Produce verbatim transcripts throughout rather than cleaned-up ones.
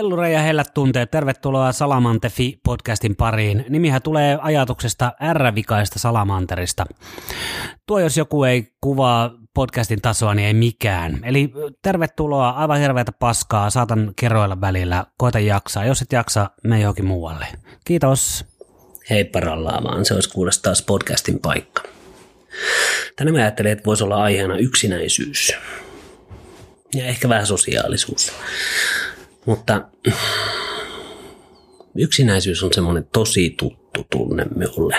Hellure ja hellät tunteet, tervetuloa Salamantefi-podcastin pariin. Nimihän tulee ajatuksesta ärrävikaista salamanterista. Tuo jos joku ei kuvaa podcastin tasoa, niin ei mikään. Eli tervetuloa, aivan hirveätä paskaa, saatan kerroilla välillä, koita jaksaa. Jos et jaksa, mene johonkin muualle. Kiitos. Hei parallaa vaan, se olisi kuulosti taas podcastin paikka. Tänään mä ajattelin, että voisi olla aiheena yksinäisyys ja ehkä vähän sosiaalisuus. Mutta yksinäisyys on semmoinen tosi tuttu tunne minulle.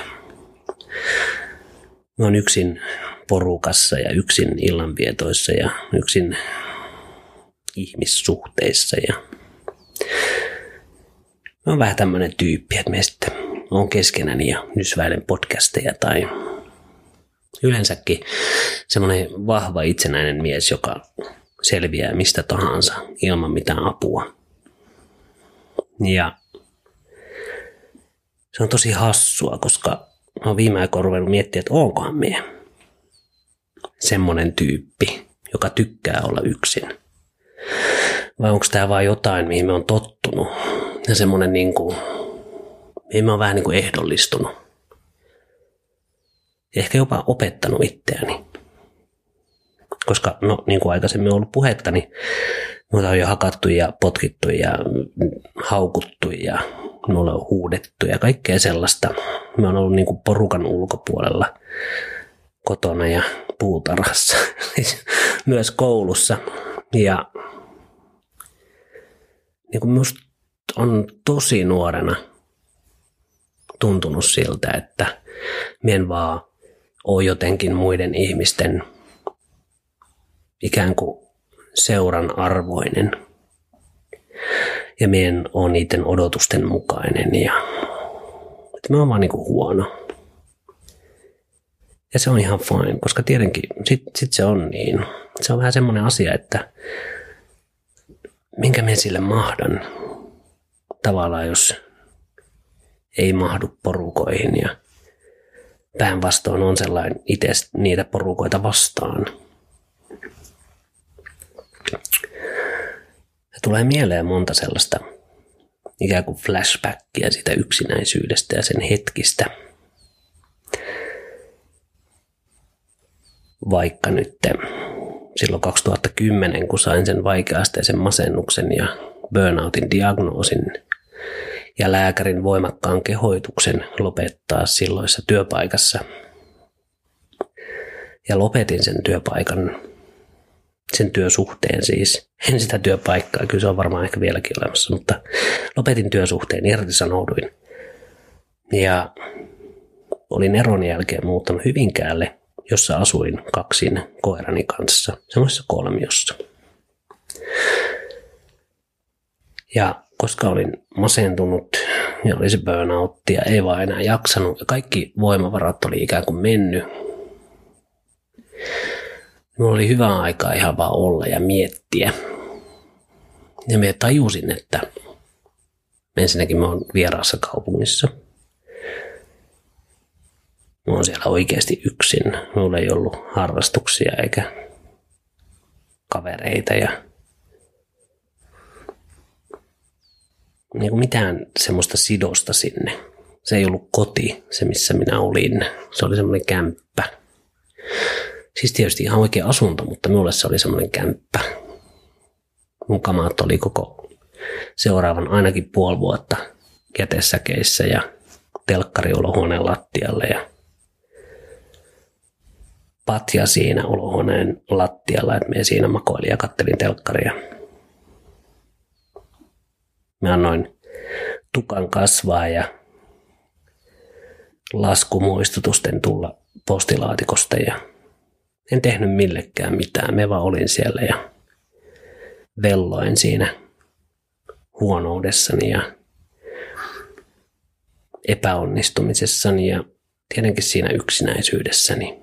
Mä oon yksin porukassa ja yksin illanvietoissa ja yksin ihmissuhteissa. Ja mä oon vähän tämmöinen tyyppi, että mä sitten oon keskenäni ja nysväilen podcasteja tai yleensäkin semmoinen vahva itsenäinen mies, joka selviää mistä tahansa ilman mitään apua. Ja se on tosi hassua, koska mä oon viime aikoina ruvennut miettimään, että oonkohan mie semmoinen tyyppi, joka tykkää olla yksin. Vai onko tää vaan jotain, mihin mä oon tottunut ja semmoinen niin kuin, mihin mä oon vähän niin kuin ehdollistunut. Ja ehkä jopa opettanut itseäni. Koska, no niin kuin aikaisemmin on ollut puhetta, niin muuta on jo hakattu ja potkittu ja haukuttu ja mulla on huudettu ja kaikkea sellaista. Mä oon ollut niin kuin porukan ulkopuolella kotona ja puutarhassa, myös koulussa. Ja niin kuin musta on tosi nuorena tuntunut siltä, että mä en vaan ole jotenkin muiden ihmisten ikään kuin seuran arvoinen. Ja mä en ole niiden odotusten mukainen. Ja että mä oon vaan niinku huono. Ja se on ihan fine, koska tietenkin sit, sit se on niin. Se on vähän semmoinen asia, että minkä mä sille mahdan. Tavallaan jos ei mahdu porukoihin ja päinvastoin on sellainen itse niitä porukoita vastaan. Ja tulee mieleen monta sellaista ikään kuin flashbackia siitä yksinäisyydestä ja sen hetkistä. Vaikka nyt silloin kaksituhattakymmenen, kun sain sen vaikeasteisen masennuksen ja burnoutin diagnoosin ja lääkärin voimakkaan kehoituksen lopettaa silloissa työpaikassa. Ja lopetin sen työpaikan, sen työsuhteen siis. En sitä työpaikkaa, kyllä se on varmaan ehkä vieläkin olemassa, mutta lopetin työsuhteen, irtisanouduin. Ja olin eron jälkeen muuttanut Hyvinkäälle, jossa asuin kaksin koirani kanssa, semmoisessa kolmiossa. Ja koska olin masentunut ja oli se burnoutti ja ei vaan enää jaksanut ja kaikki voimavarat oli ikään kuin mennyt, minulla oli hyvä aikaa ihan vaan olla ja miettiä. Ja minä tajusin, että ensinnäkin mä oon vieraassa kaupungissa. Mä oon siellä oikeasti yksin. Minulla ei ollut harrastuksia eikä kavereita ja niin kuin mitään semmoista sidosta sinne. Se ei ollut koti, se missä minä olin. Se oli semmoinen kämppä. Siis tietysti ihan oikea asunto, mutta minulle se oli semmoinen kämppä. Mun kamat oli koko seuraavan ainakin puoli vuotta jätesäkeissä ja telkkari olohuoneen lattialle ja patja siinä olohuoneen lattialla, että me siinä makoilin ja kattelin telkkaria. Mä annoin tukan kasvaa ja laskumuistutusten tulla postilaatikosta ja en tehnyt millekään mitään. Me vaan olin siellä ja velloin siinä huonoudessani ja epäonnistumisessani ja tietenkin siinä yksinäisyydessäni.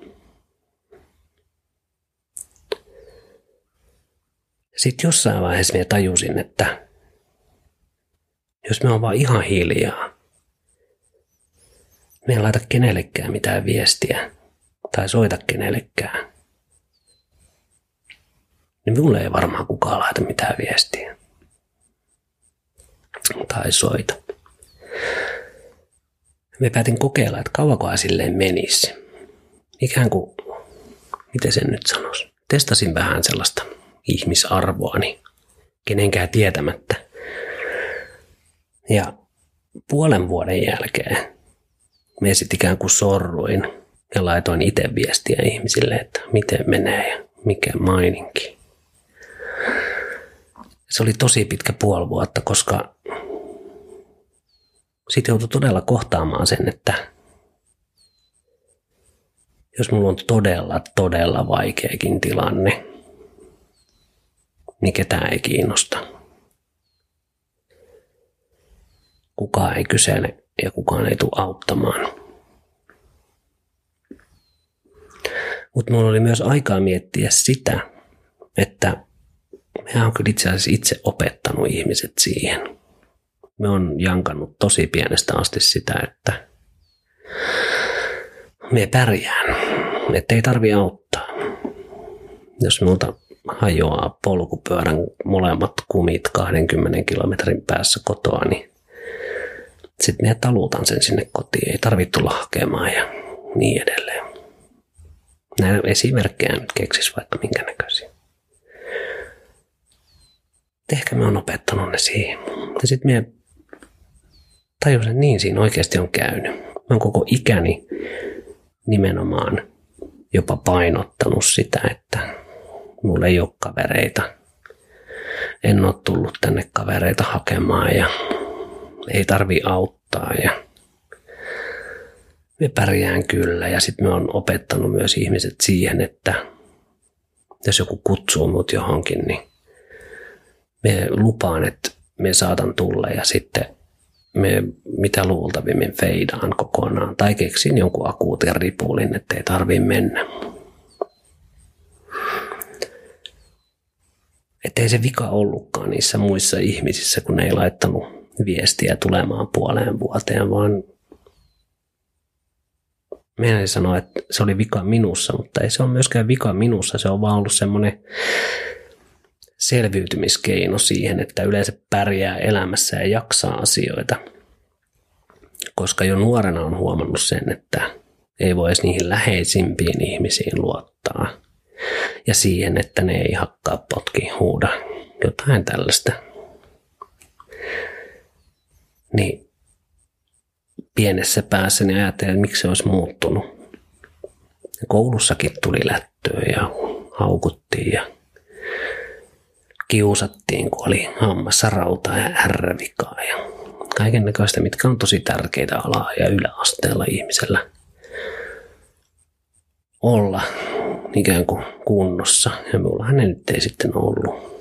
Sitten jossain vaiheessa minä tajusin, että jos me on vaan ihan hiljaa, me en laita kenellekään mitään viestiä tai soita kenellekään, niin minulle ei varmaan kukaan laita mitään viestiä. tai soita. Me päätin kokeilla, että kauankohan silleen menisi. Ikään kuin, miten sen nyt sanoisi, testasin vähän sellaista ihmisarvoani, kenenkään tietämättä. Ja puolen vuoden jälkeen me sitten ikään kuin sorruin ja laitoin itse viestiä ihmisille, että miten menee ja mikä maininki. Se oli tosi pitkä puoli vuotta, koska sitten joutui todella kohtaamaan sen, että jos mulla on todella, todella vaikeakin tilanne, niin ketään ei kiinnosta. Kukaan ei kysele ja kukaan ei tule auttamaan. Mutta mulla oli myös aikaa miettiä sitä, että me on kyllä itse asiassa itse opettanut ihmiset siihen. Me on jankannut tosi pienestä asti sitä, että me pärjään, että ei tarvi auttaa. Jos minulta hajoaa polkupyörän molemmat kumit kahdenkymmenen kilometrin päässä kotoa, niin sitten minä talutan sen sinne kotiin. Ei tarvitse tulla hakemaan ja niin edelleen. Näitä esimerkkejä nyt keksis vaikka minkä näköisiä. Ehkä me on opettanut ne siihen. Ja sitten minä tajusin, että niin siinä oikeasti on käynyt. Mä oon koko ikäni nimenomaan jopa painottanut sitä, että mulla ei ole kavereita. En ole tullut tänne kavereita hakemaan ja ei tarvi auttaa ja me pärjään kyllä. Ja sitten me on opettanut myös ihmiset siihen, että jos joku kutsuu mut johonkin, niin me lupaan, että me saatan tulla ja sitten me mitä luultavimmin feidaan kokonaan tai keksin jonkun akuutin ripulin, ettei tarvii mennä. Että ei se vika ollutkaan niissä muissa ihmisissä, kun ne ei laittanut viestiä tulemaan puoleen vuoteen, vaan minä en sano, että se oli vika minussa, mutta ei se ole myöskään vika minussa, se on vaan ollut semmoinen selviytymiskeino siihen, että yleensä pärjää elämässä ja jaksaa asioita. Koska jo nuorena on huomannut sen, että ei voi edes niihin läheisimpiin ihmisiin luottaa. Ja siihen, että ne ei hakkaa, potki, huuda, jotain tällaista. Niin pienessä päässäni ajattelin, että miksi se olisi muuttunut. Koulussakin tuli lättöä ja haukuttiin ja kiusattiin, kun oli hammassa rautaa ja ärrävikaa ja kaiken näköistä, mitkä on tosi tärkeitä ala- ja yläasteella ihmisellä olla ikään kuin kunnossa. Ja minullahan ne nyt ei sitten ollut.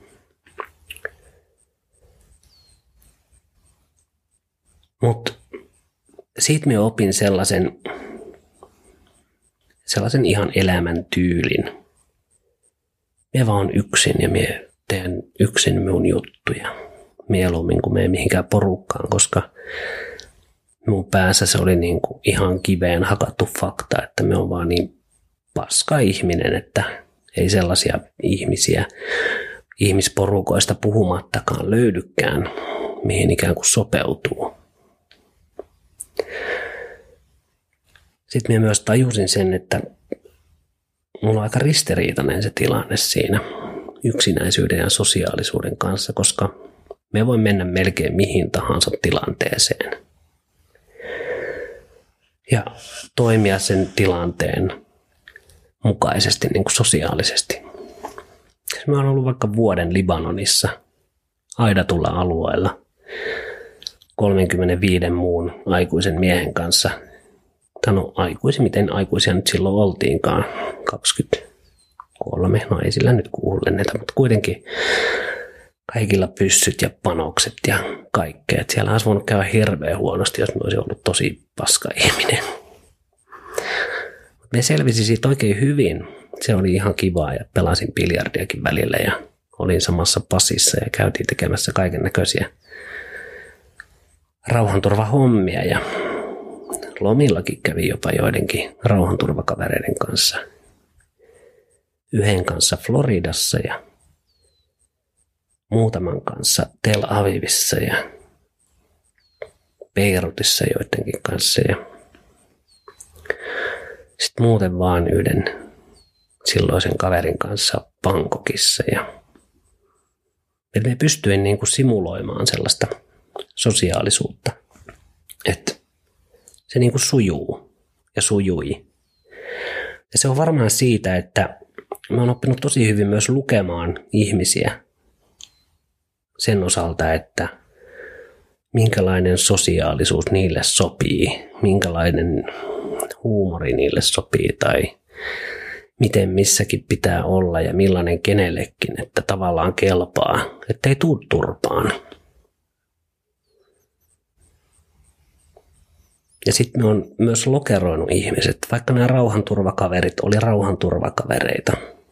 Mutta siitä minä opin sellaisen, sellaisen ihan elämäntyylin. Minä vaan yksin ja minä teen yksin minun juttuja. Mieluummin kuin mene mihinkään porukkaan, koska mun päässä se oli niin kuin ihan kiveen hakattu fakta, että me on vaan niin paska ihminen, että ei sellaisia ihmisiä ihmisporukoista puhumattakaan löydykään, mihin ikään kuin sopeutuu. Sitten minä myös tajusin sen, että mulla on aika ristiriitainen se tilanne siinä yksinäisyyden ja sosiaalisuuden kanssa, koska me voi mennä melkein mihin tahansa tilanteeseen ja toimia sen tilanteen mukaisesti niin kuin sosiaalisesti. Mä oon ollut vaikka vuoden Libanonissa aidatulla alueella kolmekymmentäviisi muun aikuisen miehen kanssa. Tai no aikuisia, miten aikuisia nyt silloin oltiinkaan, kaksikymmentäkolme, no ei sillä nyt kuulenneeta, mutta kuitenkin kaikilla pyssyt ja panokset ja kaikkea. Et siellä olisi voinut käydä hirveän huonosti, jos me olisi ollut tosi paska ihminen. Me selvisi siitä oikein hyvin. Se oli ihan kivaa ja pelasin biljardiakin välillä ja olin samassa passissa ja käytiin tekemässä kaiken näköisiä rauhanturvahommia ja lomillakin kävi jopa joidenkin rauhanturvakavereiden kanssa. Yhden kanssa Floridassa ja muutaman kanssa Tel Avivissa ja Beirutissa joidenkin kanssa ja sitten muuten vaan yhden silloisen kaverin kanssa Bangkokissa ja me pystyin niin kuin simuloimaan sellaista sosiaalisuutta, että se niin kuin sujuu ja sujui. Ja se on varmaan siitä, että mä oon oppinut tosi hyvin myös lukemaan ihmisiä sen osalta, että minkälainen sosiaalisuus niille sopii, minkälainen huumori niille sopii tai miten missäkin pitää olla ja millainen kenellekin, että tavallaan kelpaa, ettei tuu turpaan. Ja sitten me on myös lokeroinut ihmiset, vaikka nämä rauhanturvakaverit oli rauhanturvakavereita.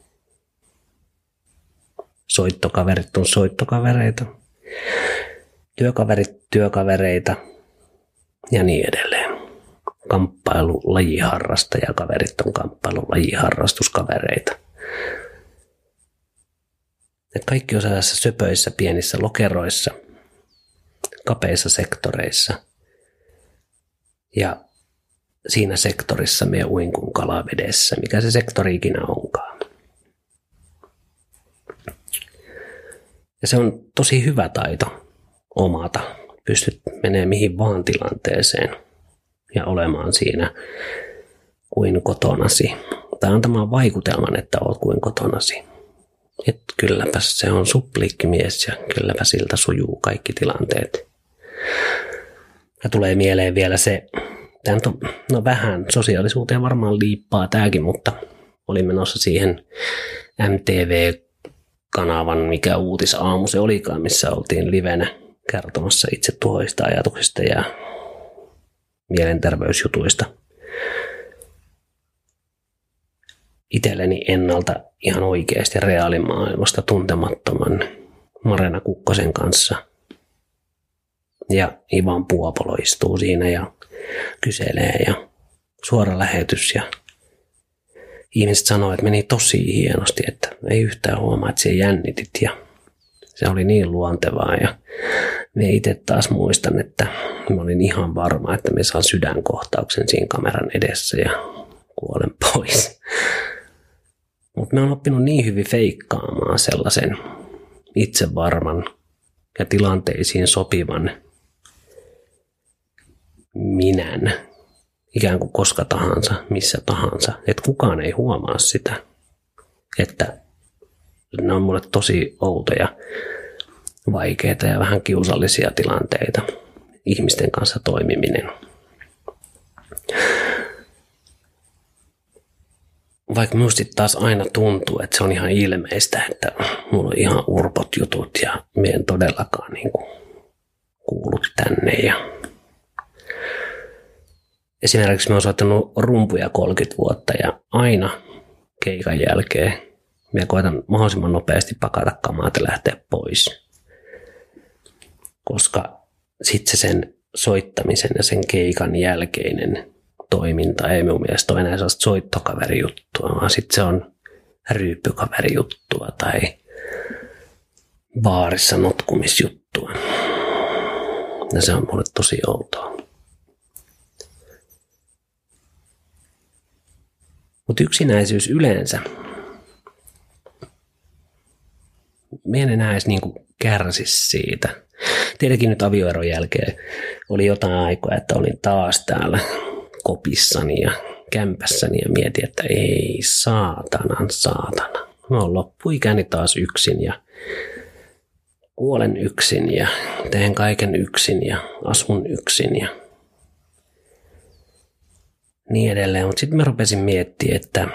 Soittokaverit on soittokavereita, työkaverit työkavereita ja niin edelleen. Kamppailulajiharrastajakaverit on kamppailulajiharrastuskavereita. Et kaikki on sellaisissa söpöissä pienissä lokeroissa, kapeissa sektoreissa. Ja siinä sektorissa me uin kuin kalavedessä, mikä se sektori ikinä onkaan. Ja se on tosi hyvä taito omata. Pystyt menemään mihin vaan tilanteeseen ja olemaan siinä kuin kotonasi. Tai antamaan vaikutelman, että olet kuin kotonasi. Et kylläpä se on suppliikkimies ja kylläpä siltä sujuu kaikki tilanteet. Ja tulee mieleen vielä se, tämä on, no vähän sosiaalisuuteen varmaan liippaa tämäkin, mutta olin menossa siihen M T V-kanavan, mikä uutisaamu se olikaan, missä oltiin livenä kertomassa itse tuhoista ajatuksista ja mielenterveysjutuista. Itselleni ennalta ihan oikeasti reaalimaailmasta tuntemattoman Marena Kukkosen kanssa. Ja Ivan Puopolo istuu siinä ja kyselee ja suora lähetys ja ihmiset sanoo, että meni tosi hienosti, että ei yhtään huomaa, että siellä jännitit ja se oli niin luontevaa ja me itse taas muistan, että mä olin ihan varma, että me saan sydänkohtauksen siinä kameran edessä ja kuolen pois. Mutta mä oon oppinut niin hyvin feikkaamaan sellaisen itsevarman ja tilanteisiin sopivan minän, ikään kuin koska tahansa, missä tahansa, että kukaan ei huomaa sitä, että ne on mulle tosi outoja, vaikeita ja vähän kiusallisia tilanteita, ihmisten kanssa toimiminen. Vaikka minusta taas aina tuntuu, että se on ihan ilmeistä, että mulla on ihan urpot jutut ja minä en todellakaan niin kuin kuulu tänne. Ja esimerkiksi mä oon soittanut rumpuja kolmekymmentä vuotta ja aina keikan jälkeen minä koitan mahdollisimman nopeasti pakata kamat ja lähteä pois. Koska sitten se sen soittamisen ja sen keikan jälkeinen toiminta ei minun mielestä ole enää sellaista soittokaverijuttua, vaan sitten se on ryyppykaverijuttua tai baarissa notkumisjuttua. Ja se on mulle tosi outoa. Mutta yksinäisyys yleensä, minä en enää edes niinku kärsi siitä. Tietenkin nyt avioeron jälkeen oli jotain aikoja, että olin taas täällä kopissani ja kämpässäni ja mietin, että ei saatanan saatana. Mä oon loppuikäni taas yksin ja kuolen yksin ja teen kaiken yksin ja asun yksin ja niin edelleen. Mutta sitten mä rupesin miettimään, että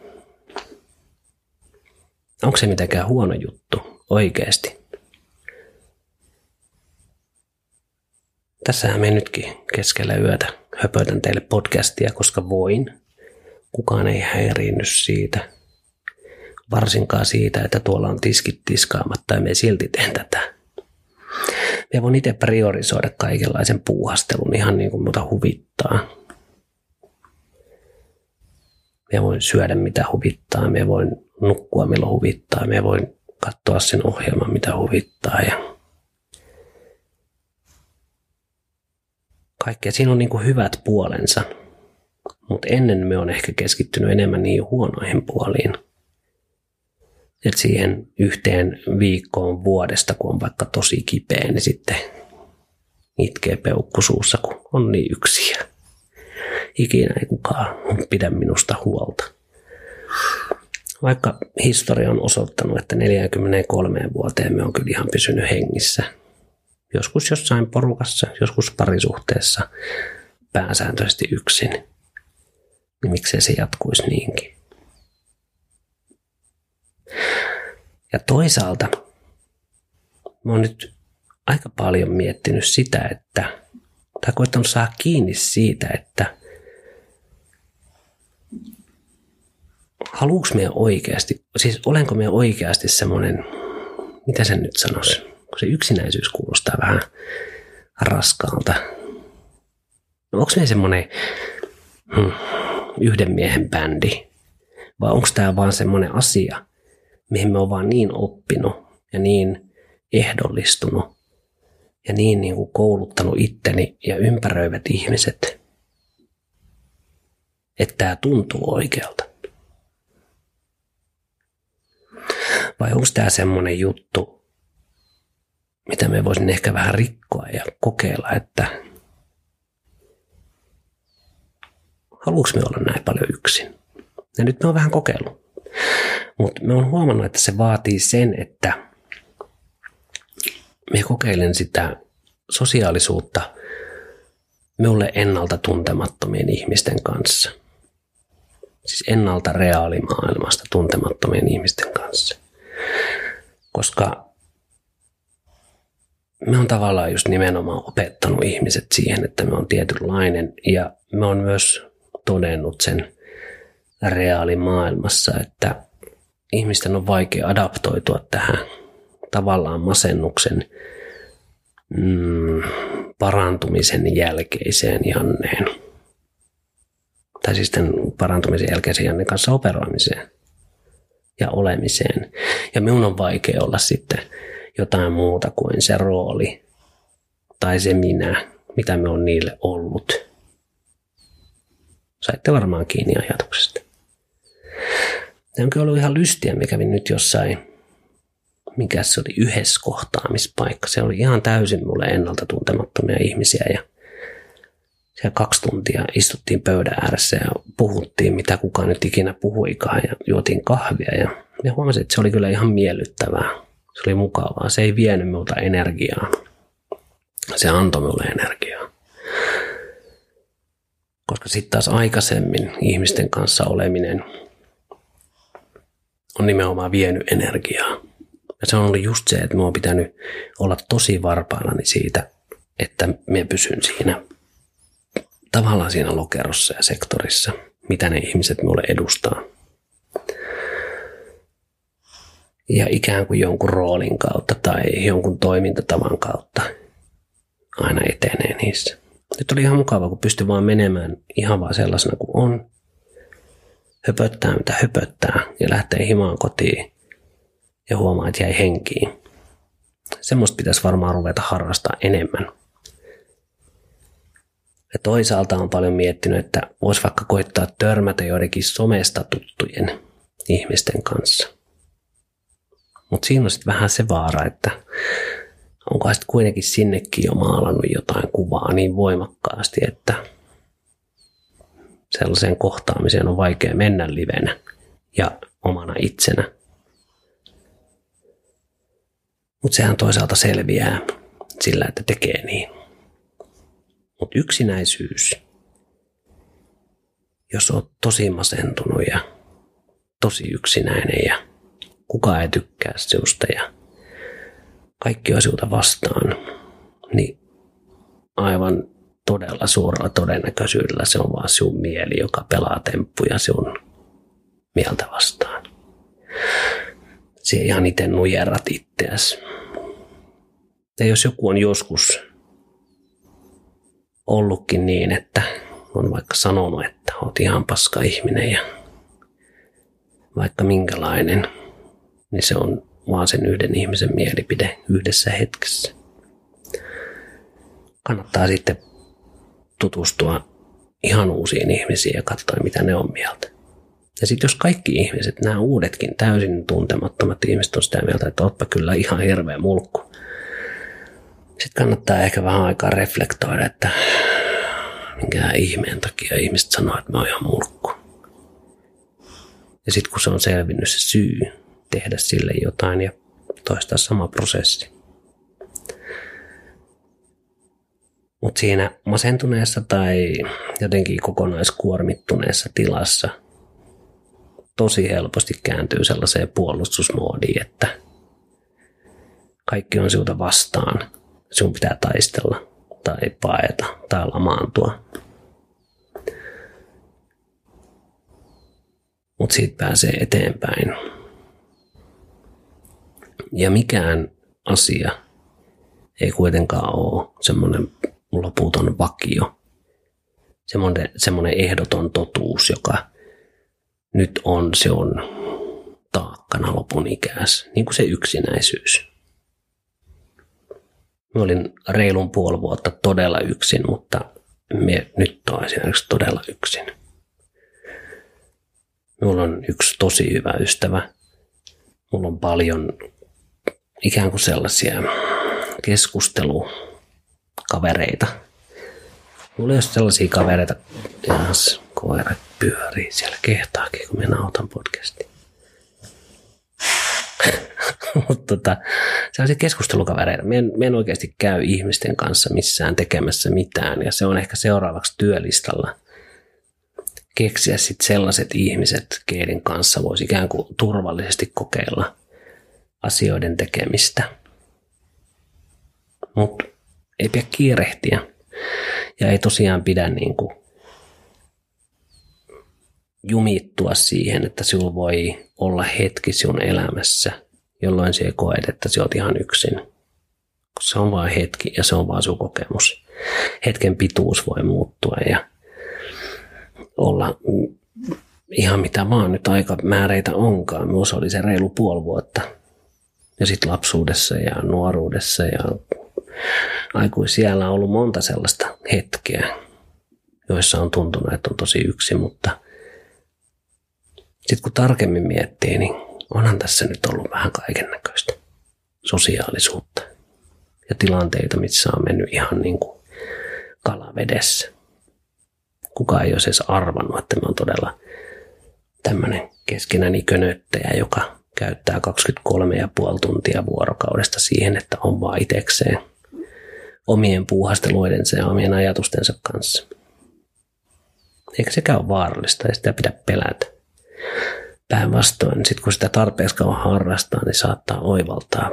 onko se mitenkään huono juttu oikeasti. Tässähän me nytkin keskellä yötä höpötän teille podcastia, koska voin. Kukaan ei häiriinny siitä. Varsinkaan siitä, että tuolla on tiskit tiskaamatta ja me silti teen tätä. Me voin itse priorisoida kaikenlaisen puuhastelun ihan niin kuin muuta huvittaa. Me voin syödä mitä huvittaa, me voin nukkua milloin huvittaa, me voin katsoa sen ohjelman mitä huvittaa ja kaikkea. Siinä on niin kuin hyvät puolensa, mutta ennen me on ehkä keskittynyt enemmän niihin huonoihin puoliin. Et siihen yhteen viikkoon vuodesta, kun on vaikka tosi kipeä, niin sitten itkee peukku suussa, kun on niin yksin. Ikinä ei kukaan pidä minusta huolta. Vaikka historia on osoittanut, että neljäkymmentäkolme vuoteen me on kyllä ihan pysynyt hengissä. Joskus jossain porukassa, joskus parisuhteessa, pääsääntöisesti yksin. Niin miksei se jatkuisi niinkin. Ja toisaalta mä oon nyt aika paljon miettinyt sitä, että, tai koittanut saada kiinni siitä, että haluuks me oikeasti, siis olenko me oikeasti semmoinen, mitä sen nyt sanoisi, kun se yksinäisyys kuulostaa vähän raskaalta. No onko me semmoinen hmm, yhden miehen bändi, vai onko tämä vaan semmoinen asia, mihin me on vaan niin oppinut ja niin ehdollistunut ja niin, niin kuin kouluttanut itteni ja ympäröivät ihmiset, että tämä tuntuu oikealta. Vai onko tämä semmoinen juttu, mitä me voisin ehkä vähän rikkoa ja kokeilla, että haluuks me olla näin paljon yksin? Ja nyt me on vähän kokeillut. Mutta me on huomannut, että se vaatii sen, että me kokeilen sitä sosiaalisuutta minulle ennalta tuntemattomien ihmisten kanssa. Siis ennalta reaalimaailmasta tuntemattomien ihmisten kanssa. Koska me on tavallaan just nimenomaan opettanut ihmiset siihen, että me on tietynlainen ja me on myös todennut sen reaalimaailmassa, että ihmisten on vaikea adaptoitua tähän tavallaan masennuksen mm, parantumisen jälkeiseen janneen. Tai siis tämän parantumisen jälkeisen jannen kanssa operoimiseen ja olemiseen. Ja minun on vaikea olla sitten jotain muuta kuin se rooli tai se minä, mitä me on niille ollut. Saitte varmaan kiinni ajatuksesta. Tämä on kyllä ollut ihan lystiä. Mä kävin nyt jossain, mikä se oli, yhdessä kohtaamispaikka. Se oli ihan täysin mulle ennalta tuntemattomia ihmisiä ja siellä kaksi tuntia istuttiin pöydän ääressä ja puhuttiin, mitä kukaan nyt ikinä puhuikaan ja juotiin kahvia ja, ja huomasin, että se oli kyllä ihan miellyttävää. Se oli mukavaa. Se ei vienyt minulta energiaa. Se antoi minulle energiaa. Koska sitten taas aikaisemmin ihmisten kanssa oleminen on nimenomaan vienyt energiaa. Ja se on ollut just se, että minua on pitänyt olla tosi varpaillani siitä, että minä pysyn siinä tavallaan siinä lokerossa ja sektorissa, mitä ne ihmiset minulle edustaa. Ja ikään kuin jonkun roolin kautta tai jonkun toimintatavan kautta aina etenee niissä. Nyt oli ihan mukava, kun pystyi vaan menemään ihan vaan sellaisena kuin on. Höpöttää mitä höpöttää ja lähtee himaan kotiin ja huomaa, että jäi henkiin. Semmoista pitäisi varmaan ruveta harrastaa enemmän. Ja toisaalta on paljon miettinyt, että voisi vaikka koittaa törmätä joidenkin somesta tuttujen ihmisten kanssa. Mutta siinä on sitten vähän se vaara, että onko sitten kuitenkin sinnekin jo maalannut jotain kuvaa niin voimakkaasti, että sellaiseen kohtaamiseen on vaikea mennä livenä ja omana itsenä. Mutta sehän toisaalta selviää sillä, että tekee niin. Mutta yksinäisyys, jos olet tosi masentunut ja tosi yksinäinen ja kukaan ei tykkää sinusta ja kaikki on sinulta vastaan, niin aivan todella suurella todennäköisyydellä se on vaan sinun mieli, joka pelaa temppuja sinun mieltä vastaan. Sinä ihan itse nujerrat itseäsi. Ja jos joku on joskus ollutkin niin, että on vaikka sanonut, että olet ihan paska ihminen ja vaikka minkälainen, niin se on vaan sen yhden ihmisen mielipide yhdessä hetkessä. Kannattaa sitten tutustua ihan uusiin ihmisiin ja katsoa, mitä ne on mieltä. Ja sitten jos kaikki ihmiset, nämä uudetkin täysin tuntemattomat ihmiset on sitä mieltä, että ootpa kyllä ihan hirveä mulkku. Sitten kannattaa ehkä vähän aikaa reflektoida, että minkä ihmeen takia ihmiset sanoo, että mä oon ihan mulkku. Ja sitten kun se on selvinnyt se syy, tehdä sille jotain ja toistaa sama prosessi. Mutta siinä masentuneessa tai jotenkin kokonaiskuormittuneessa tilassa tosi helposti kääntyy sellaiseen puolustusmoodiin, että kaikki on sinulta vastaan. Sinun pitää taistella tai paeta tai lamaantua. Mutta siitä pääsee eteenpäin. Ja mikään asia ei kuitenkaan ole semmoinen loputon vakio. Semmoinen, semmoinen ehdoton totuus, joka nyt on, se on taakkana lopun ikäässä. Niin kuin se yksinäisyys. Mä olin reilun puoli vuotta todella yksin, mutta me nyt on esimerkiksi todella yksin. Mulla on yksi tosi hyvä ystävä. Mulla on paljon ikään kuin sellaisia keskustelukavereita. Mulla ei ole sellaisia kavereita, jahas, koirat pyörii siellä kehtaakin, kun minä nautan podcastia. Mutta tota, sellaisia keskustelukavereita. Mä en, mä en oikeasti käy ihmisten kanssa missään tekemässä mitään. Ja se on ehkä seuraavaksi työlistalla keksiä sitten sellaiset ihmiset, keiden kanssa voisi ikään kuin turvallisesti kokeilla asioiden tekemistä. Mutta ei pidä kiirehtiä. Ja ei tosiaan pidä niin kuin jumittua siihen, että sinulla voi olla hetki sinun elämässä, jolloin sinä koet, että sinä olet ihan yksin. Se on vain hetki ja se on vain sinun kokemus. Hetken pituus voi muuttua ja olla ihan mitä vaan nyt aikamääreitä onkaan. Minussa oli se reilu puoli vuotta. Ja sitten lapsuudessa ja nuoruudessa ja aikuisiällä on ollut monta sellaista hetkeä, joissa on tuntunut, että on tosi yksin, mutta sitten kun tarkemmin miettii, niin onhan tässä nyt ollut vähän kaiken näköistä sosiaalisuutta ja tilanteita, missä on mennyt ihan niin kuin kalavedessä. Kukaan ei olisi edes arvannut, että mä oon todella tämmöinen keskenäni könöttäjä, joka käyttää kaksikymmentäkolme pilkku viisi tuntia vuorokaudesta siihen, että on vaan itsekseen omien puuhasteluidensa ja omien ajatustensa kanssa. Eikä sekään ole vaarallista, ei sitä pidä pelätä. Päinvastoin, sit kun sitä tarpeeksi kauan harrastaa, niin saattaa oivaltaa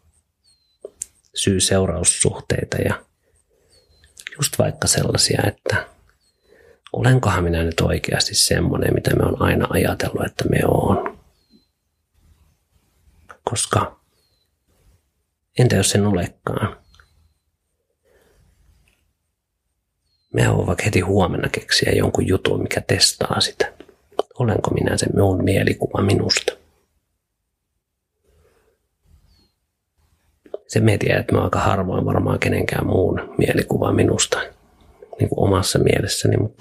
syy-seuraussuhteita ja just vaikka sellaisia, että olenkohan minä nyt oikeasti semmoinen, mitä me on aina ajatellut, että me on. Koska entä jos en olekaan? Me on vaikka heti huomenna keksiä jonkun jutun, mikä testaa sitä. Olenko minä se minun mielikuva minusta? Se me tiedät, että mä aika harvoin varmaan kenenkään muun mielikuva minusta niin kuin omassa mielessäni, mutta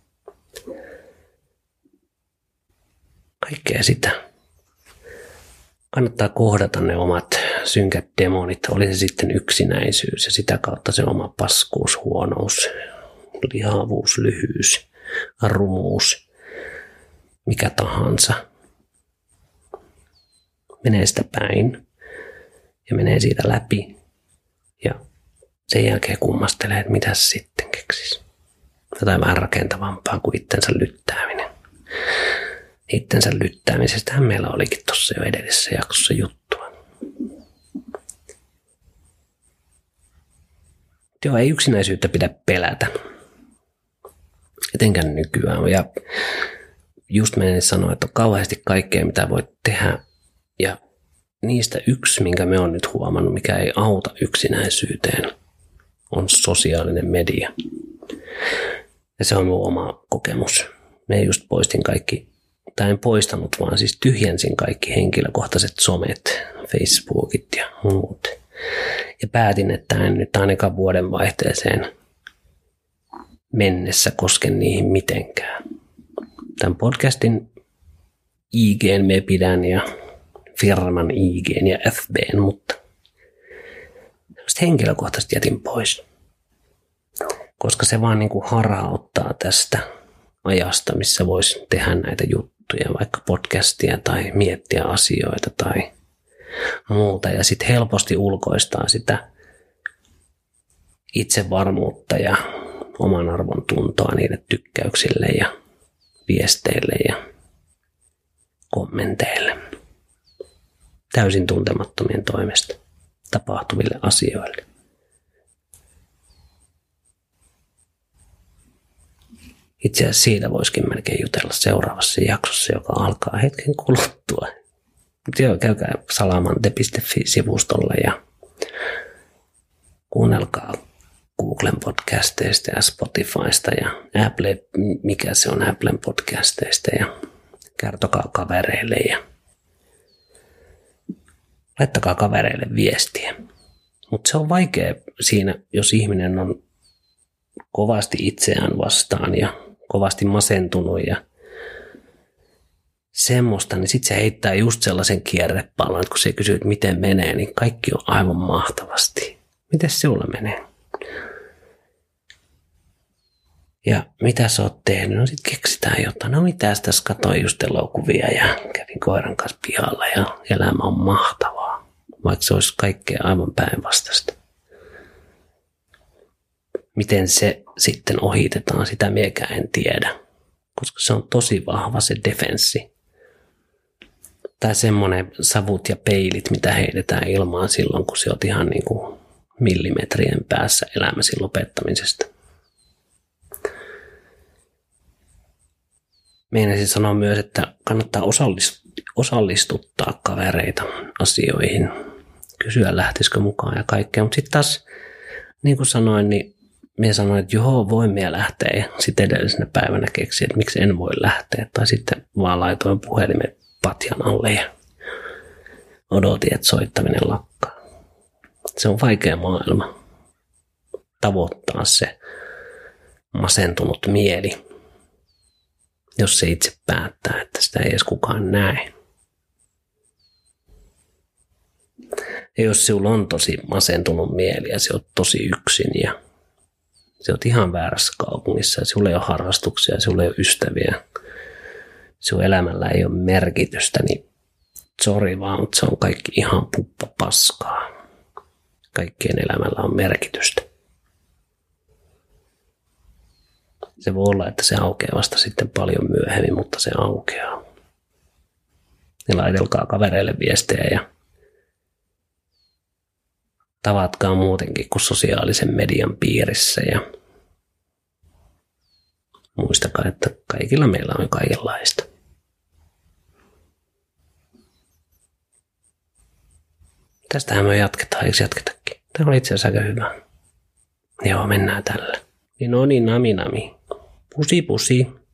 kaikkea sitä. Kannattaa kohdata ne omat synkät demonit, oli se sitten yksinäisyys ja sitä kautta se oma paskuus, huonous, lihavuus, lyhyys, rumuus, mikä tahansa. Menee sitä päin ja menee siitä läpi ja sen jälkeen kummastelee, että mitäs sitten keksisi. Jotain vähän rakentavampaa kuin itsensä lyttääminen. Itsensä lyttäämisestähän meillä olikin tuossa jo edellisessä jaksossa juttua. Joo, ei yksinäisyyttä pidä pelätä. Etenkään nykyään. Ja just menin sanoa, että on kauheasti kaikkea, mitä voit tehdä. Ja niistä yksi, minkä me on nyt huomannut, mikä ei auta yksinäisyyteen, on sosiaalinen media. Ja se on mun oma kokemus. Me just poistin kaikki, tai en poistanut, vaan siis tyhjensin kaikki henkilökohtaiset somet, Facebookit ja muut. Ja päätin, että en nyt ainakaan vuoden vaihteeseen mennessä koske niihin mitenkään. Tämän podcastin I G:n me pidän ja firman I G:n ja F B:n, mutta henkilökohtaisesti jätin pois. Koska se vaan niin kuin harauttaa tästä ajasta, missä voisi tehdä näitä juttuja, vaikka podcastia tai miettiä asioita tai muuta. Ja sitten helposti ulkoistaa sitä itsevarmuutta ja oman arvon tuntoa niille tykkäyksille ja viesteille ja kommenteille. Täysin tuntemattomien toimesta tapahtuville asioille. Itse asiassa siitä voisikin melkein jutella seuraavassa jaksossa, joka alkaa hetken kuluttua. Mutta joo, käykää salamante piste fi-sivustolla ja kuunnelkaa Googlen podcasteista ja Spotifysta ja Apple, mikä se on Applen podcasteista ja kertokaa kavereille ja laittakaa kavereille viestiä. Mutta se on vaikea siinä, jos ihminen on kovasti itseään vastaan ja kovasti masentunut ja semmoista, niin sitten se heittää just sellaisen kierrepallon, että kun se kysyy, että miten menee, niin kaikki on aivan mahtavasti. Miten sinulla menee? Ja mitä sä oot tehnyt? No sit keksitään jotain. No mitäs tässä katsoin just elokuvia ja kävin koiran kanssa pihalla ja elämä on mahtavaa. Vaikka se olisi kaikkea aivan päinvastaista. Miten se sitten ohitetaan, sitä miekään en tiedä. Koska se on tosi vahva se defenssi. Tai semmoinen savut ja peilit, mitä heitetään ilmaan silloin, kun sä oot ihan niin kuin millimetrien päässä elämäsi lopettamisesta. Meinasin sanoa myös, että kannattaa osallistuttaa kavereita asioihin, kysyä lähtisikö mukaan ja kaikkea. Mutta sitten taas, niin kuin sanoin, niin minä sanoin, että joo, voin minä lähteä. Ja sitten edellisenä päivänä keksin, että miksi en voi lähteä. Tai sitten vaan laitoin puhelimen patjan alle ja odotin, että soittaminen lakkaa. Se on vaikea maailma tavoittaa se masentunut mieli, jos se itse päättää, että sitä ei edes kukaan näe. Ja jos sinulla on tosi masentunut mieli ja se on tosi yksin ja se on ihan väärässä kaupungissa ja sinulla ei ole harrastuksia ja sinulla ei ole ystäviä, sinun elämällä ei ole merkitystä, niin sori vaan, mutta se on kaikki ihan puppa paskaa. Kaikkien elämällä on merkitystä. Se voi olla, että se aukeaa vasta sitten paljon myöhemmin, mutta se aukeaa. Ja laitelkaa kavereille viestejä ja tavatkaa muutenkin kuin sosiaalisen median piirissä. Ja muistakaa, että kaikilla meillä on kaikenlaista. Tästähän me jatketaan, eikö jatketakin? Tämä oli itse asiassa aika hyvä. Joo, mennään tällä. Niin no niin, nami nami. Pusi pusi.